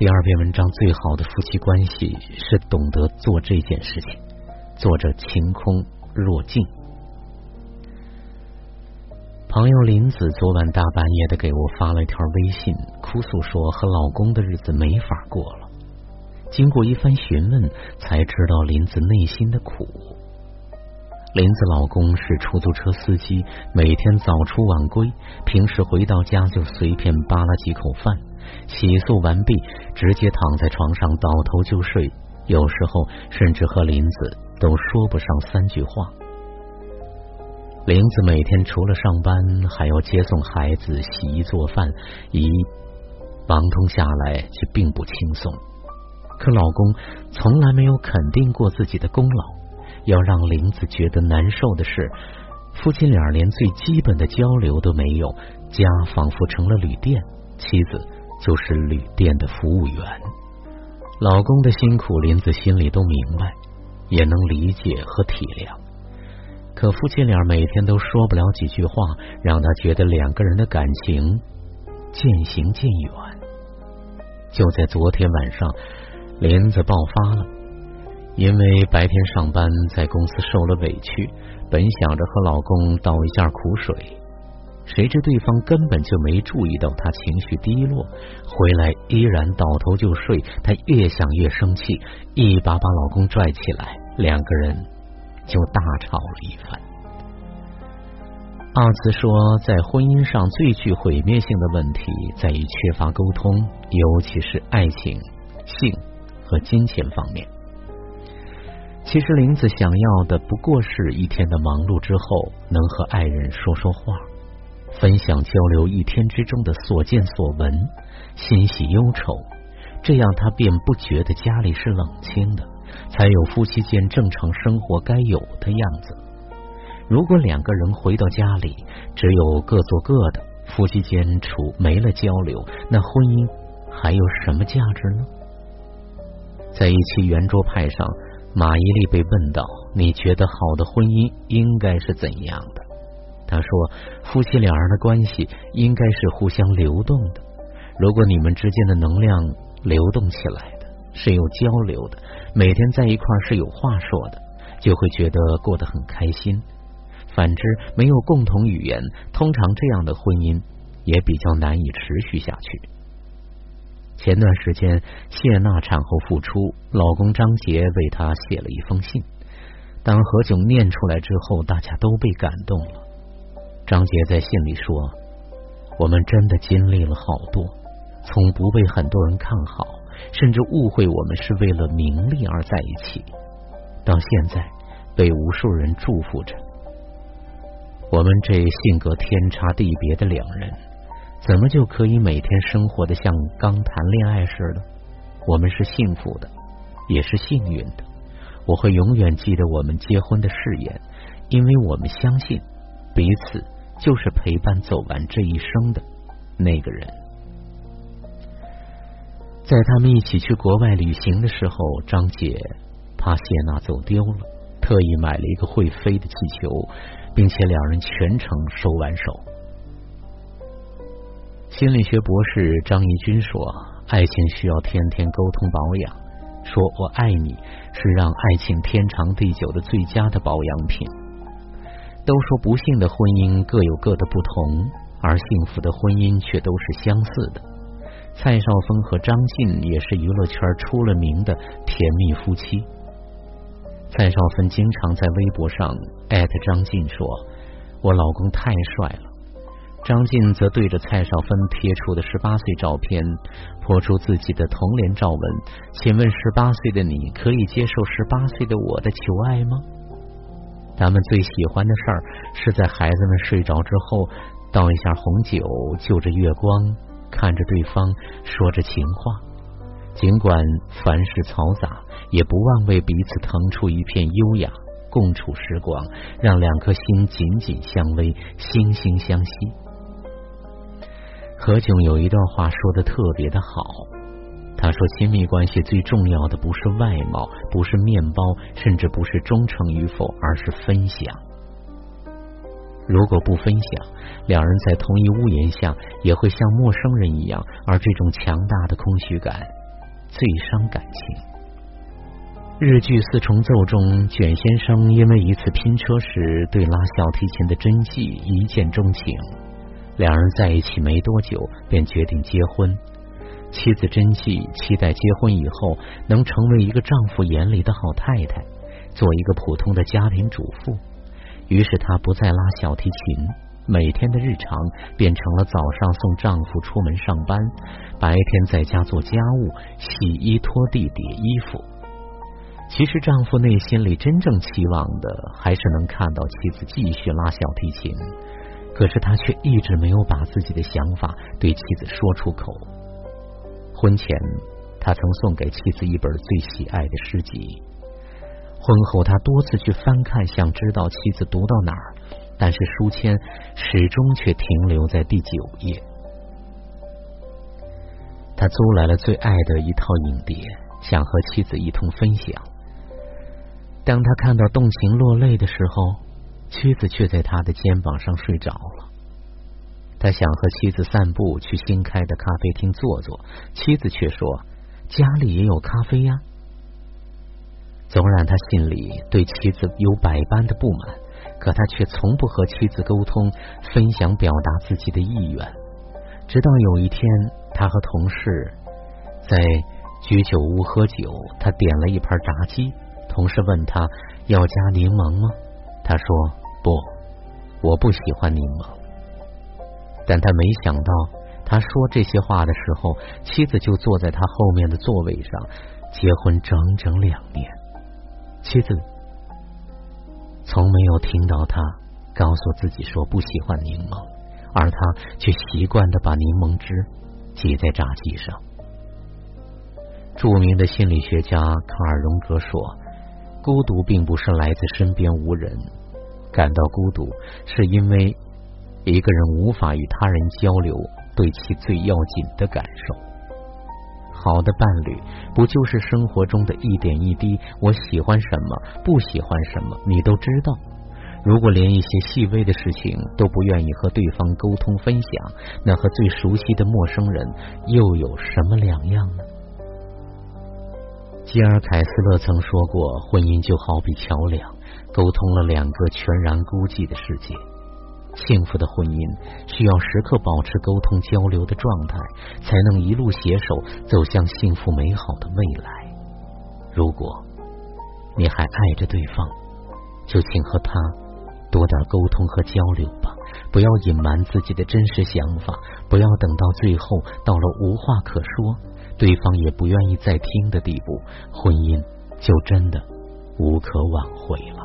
第二篇文章最好的夫妻关系是懂得做这件事情。作者晴空若镜。朋友林子昨晚大半夜的给我发了一条微信，哭诉说和老公的日子没法过了。经过一番询问，才知道林子内心的苦。林子老公是出租车司机，每天早出晚归，平时回到家就随便扒拉几口饭，洗漱完毕直接躺在床上倒头就睡，有时候甚至和林子都说不上3句话。林子每天除了上班还要接送孩子、洗衣做饭，一忙通下来却并不轻松。可老公从来没有肯定过自己的功劳。要让林子觉得难受的是，夫妻俩连最基本的交流都没有，家仿佛成了旅店，妻子就是旅店的服务员。老公的辛苦林子心里都明白，也能理解和体谅，可夫妻俩每天都说不了几句话，让他觉得两个人的感情渐行渐远。就在昨天晚上，林子爆发了。因为白天上班在公司受了委屈，本想着和老公倒一件苦水，谁知对方根本就没注意到他情绪低落，回来依然倒头就睡。他越想越生气，一把把老公拽起来，两个人就大吵了一番。阿慈说，在婚姻上最具毁灭性的问题在于缺乏沟通，尤其是爱情、性和金钱方面。其实林子想要的不过是一天的忙碌之后能和爱人说说话，分享交流一天之中的所见所闻，欣喜忧愁，这样他便不觉得家里是冷清的，才有夫妻间正常生活该有的样子。如果两个人回到家里只有各做各的，夫妻间没了交流，那婚姻还有什么价值呢？在一期圆桌派上，马伊琍被问到，你觉得好的婚姻应该是怎样的？他说，夫妻两人的关系应该是互相流动的，如果你们之间的能量流动起来的，是有交流的，每天在一块是有话说的，就会觉得过得很开心。反之，没有共同语言，通常这样的婚姻也比较难以持续下去。前段时间谢娜产后复出，老公张杰为她写了一封信，当何炅念出来之后，大家都被感动了。张杰在信里说，我们真的经历了好多，从不被很多人看好，甚至误会我们是为了名利而在一起，到现在被无数人祝福着。我们这性格天差地别的两人，怎么就可以每天生活的像刚谈恋爱似的？我们是幸福的，也是幸运的。我会永远记得我们结婚的誓言，因为我们相信彼此就是陪伴走完这一生的那个人。在他们一起去国外旅行的时候，张姐怕谢娜走丢了，特意买了一个会飞的气球，并且两人全程手挽手。心理学博士张怡君说，爱情需要天天沟通保养，说我爱你是让爱情天长地久的最佳的保养品。都说不幸的婚姻各有各的不同，而幸福的婚姻却都是相似的。蔡少芬和张晋也是娱乐圈出了名的甜蜜夫妻。蔡少芬经常在微博上艾特张晋说，我老公太帅了。张晋则对着蔡少芬贴出的18岁照片泼出自己的童年照文，请问18岁的你可以接受18岁的我的求爱吗？他们最喜欢的事儿是在孩子们睡着之后倒一下红酒，就着月光看着对方说着情话，尽管凡事嘈杂，也不忘为彼此腾出一片优雅，共处时光，让两颗心紧紧相偎，惺惺相惜。何炅有一段话说得特别的好，他说亲密关系最重要的不是外貌，不是面包，甚至不是忠诚与否，而是分享。如果不分享，两人在同一屋檐下也会像陌生人一样，而这种强大的空虚感最伤感情。日剧《四重奏》中，卷先生因为一次拼车时对拉小提琴的真纪一见钟情，两人在一起没多久便决定结婚。妻子真纪期待结婚以后能成为一个丈夫眼里的好太太，做一个普通的家庭主妇，于是她不再拉小提琴，每天的日常变成了早上送丈夫出门上班，白天在家做家务，洗衣拖地叠衣服。其实丈夫内心里真正期望的还是能看到妻子继续拉小提琴，可是他却一直没有把自己的想法对妻子说出口。婚前他曾送给妻子一本最喜爱的诗集，婚后他多次去翻看，想知道妻子读到哪儿，但是书签始终却停留在第9页。他租来了最爱的一套影碟，想和妻子一同分享。当他看到动情落泪的时候，妻子却在他的肩膀上睡着了。他想和妻子散步，去新开的咖啡厅坐坐，妻子却说家里也有咖啡呀。纵然他心里对妻子有百般的不满，可他却从不和妻子沟通，分享表达自己的意愿。直到有一天，他和同事在居酒屋喝酒，他点了一盘炸鸡，同事问他要加柠檬吗？他说不，我不喜欢柠檬。但他没想到，他说这些话的时候，妻子就坐在他后面的座位上。结婚整整2年，妻子从没有听到他告诉自己说不喜欢柠檬，而他却习惯地把柠檬汁挤在炸鸡上。著名的心理学家卡尔·荣格说，孤独并不是来自身边无人，感到孤独是因为一个人无法与他人交流对其最要紧的感受。好的伴侣不就是生活中的一点一滴，我喜欢什么，不喜欢什么，你都知道。如果连一些细微的事情都不愿意和对方沟通分享，那和最熟悉的陌生人又有什么两样呢？吉尔凯斯勒曾说过，婚姻就好比桥梁，沟通了2个全然孤寂的世界。幸福的婚姻需要时刻保持沟通交流的状态，才能一路携手走向幸福美好的未来。如果你还爱着对方，就请和他多点沟通和交流吧，不要隐瞒自己的真实想法，不要等到最后到了无话可说，对方也不愿意再听的地步，婚姻就真的无可挽回了。